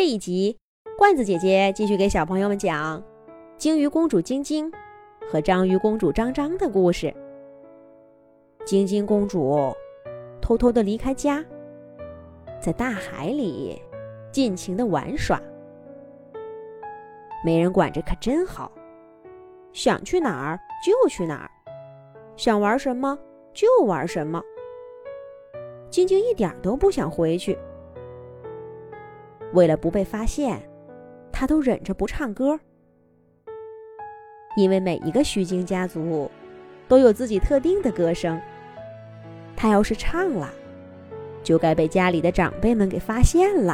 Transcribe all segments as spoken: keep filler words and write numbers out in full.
这一集，罐子姐姐继续给小朋友们讲鲸鱼公主晶晶和章鱼公主张张的故事。晶晶公主偷偷地离开家，在大海里尽情地玩耍，没人管着可真好，想去哪儿就去哪儿，想玩什么就玩什么。晶晶一点都不想回去，为了不被发现，她都忍着不唱歌，因为每一个须鲸家族都有自己特定的歌声，她要是唱了，就该被家里的长辈们给发现了。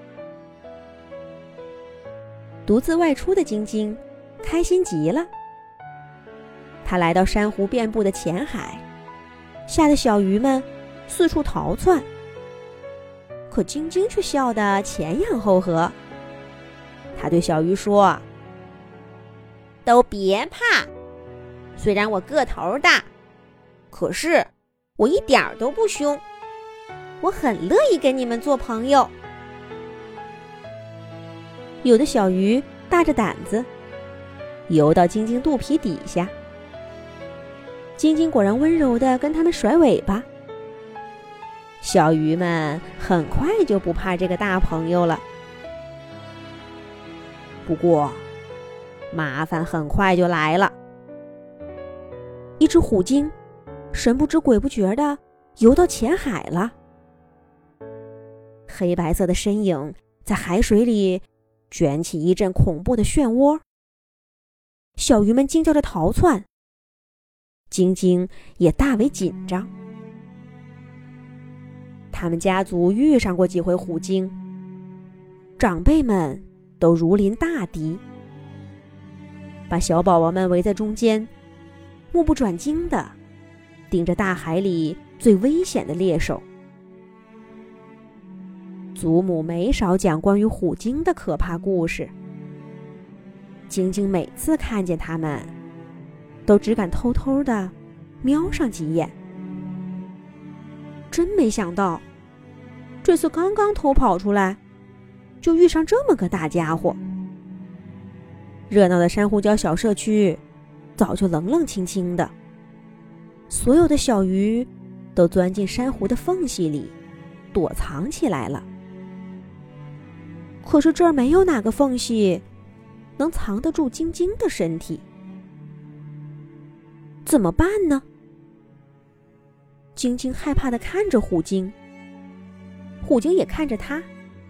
独自外出的晶晶开心极了，她来到珊瑚遍布的浅海，吓得小鱼们四处逃窜，可晶晶却笑得前仰后合。她对小鱼说：都别怕，虽然我个头大，可是我一点都不凶，我很乐意跟你们做朋友。有的小鱼大着胆子游到晶晶肚皮底下，晶晶果然温柔地跟它们甩尾巴。小鱼们很快就不怕这个大朋友了。不过麻烦很快就来了，一只虎鲸神不知鬼不觉地游到浅海了，黑白色的身影在海水里卷起一阵恐怖的漩涡，小鱼们惊叫着逃窜，晶晶也大为紧张。他们家族遇上过几回虎鲸，长辈们都如临大敌，把小宝宝们围在中间，目不转睛地盯着大海里最危险的猎手。祖母没少讲关于虎鲸的可怕故事，晶晶每次看见它们，都只敢偷偷地瞄上几眼。真没想到，这次刚刚偷跑出来，就遇上这么个大家伙。热闹的珊瑚礁小社区早就冷冷清清的，所有的小鱼都钻进珊瑚的缝隙里躲藏起来了。可是这儿没有哪个缝隙能藏得住晶晶的身体，怎么办呢？晶晶害怕地看着虎鲸，虎鲸也看着她。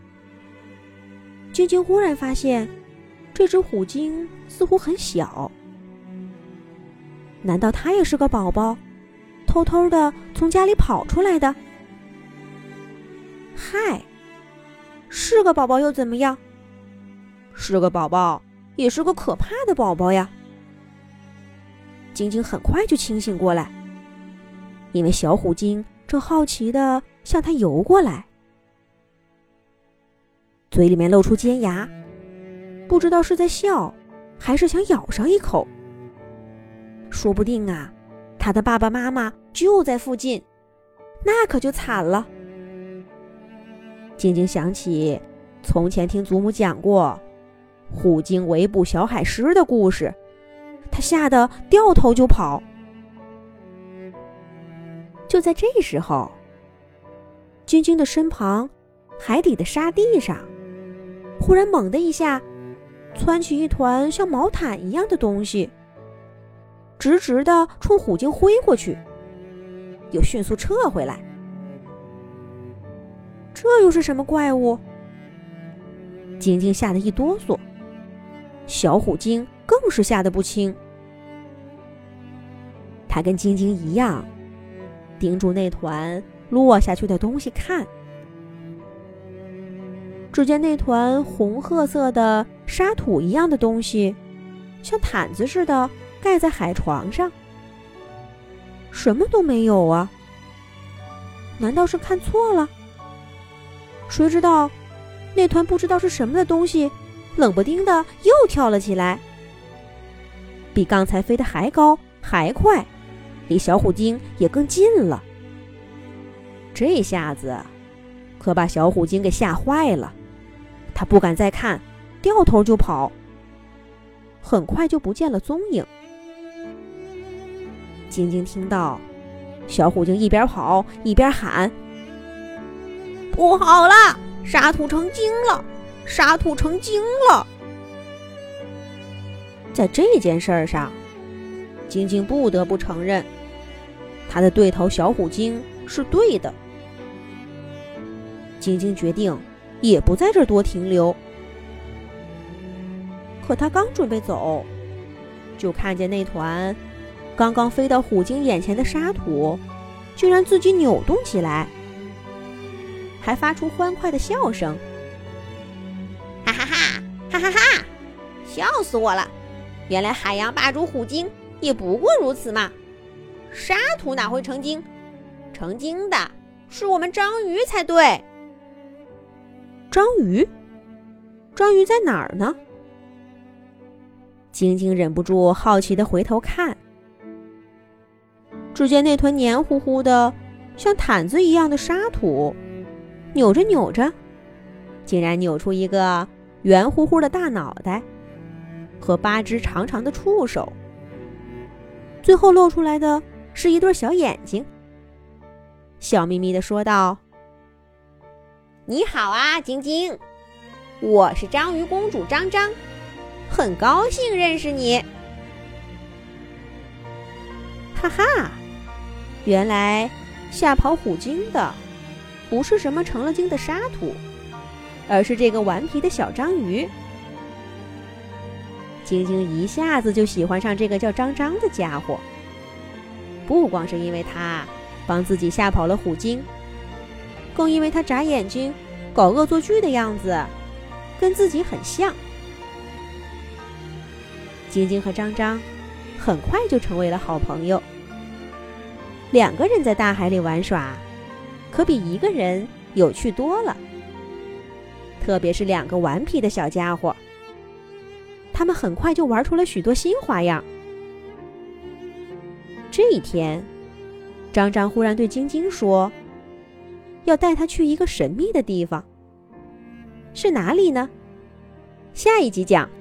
晶晶忽然发现，这只虎鲸似乎很小，难道它也是个宝宝，偷偷地从家里跑出来的？嗨，是个宝宝又怎么样？是个宝宝，也是个可怕的宝宝呀。晶晶很快就清醒过来，因为小虎鲸正好奇地向它游过来，嘴里面露出尖牙，不知道是在笑还是想咬上一口。说不定啊，他的爸爸妈妈就在附近，那可就惨了。晶晶想起从前听祖母讲过虎鲸围捕小海狮的故事，她吓得掉头就跑。就在这时候，晶晶的身旁海底的沙地上忽然猛地一下窜起一团像毛毯一样的东西，直直地冲虎鲸挥过去，又迅速撤回来。这又是什么怪物？晶晶吓得一哆嗦，小虎鲸更是吓得不轻。他跟晶晶一样，盯住那团落下去的东西看。只见那团红褐色的沙土一样的东西，像毯子似的盖在海床上，什么都没有啊！难道是看错了？谁知道那团不知道是什么的东西冷不丁的又跳了起来，比刚才飞得还高还快，离小虎鲸也更近了。这下子可把小虎鲸给吓坏了， 他不敢再看，掉头就跑，很快就不见了踪影。晶晶听到小虎鲸一边跑一边喊：不好了，沙土成精了，沙土成精了！在这件事上，晶晶不得不承认，她的对头小虎鲸是对的。晶晶决定也不在这儿多停留。可她刚准备走，就看见那团刚刚飞到虎鲸眼前的沙土，居然自己扭动起来，还发出欢快的笑声。哈哈哈，哈哈哈，笑死我了！原来海洋霸主虎鲸也不过如此嘛！沙土哪会成精？成精的是我们章鱼才对。章鱼？章鱼在哪儿呢？晶晶忍不住好奇地回头看，只见那团黏糊糊的像毯子一样的沙土，扭着扭着，竟然扭出一个圆乎乎的大脑袋和八只长长的触手，最后露出来的是一对小眼睛，笑眯眯地说道：你好啊，晶晶，我是章鱼公主章章，很高兴认识你。哈哈，原来吓跑虎鲸的不是什么成了精的沙土，而是这个顽皮的小章鱼。晶晶一下子就喜欢上这个叫章章的家伙，不光是因为他帮自己吓跑了虎鲸，更因为他眨眼睛搞恶作剧的样子跟自己很像。晶晶和章章很快就成为了好朋友，两个人在大海里玩耍可比一个人有趣多了，特别是两个顽皮的小家伙，他们很快就玩出了许多新花样。这一天，章章忽然对晶晶说，要带她去一个神秘的地方。是哪里呢？下一集讲。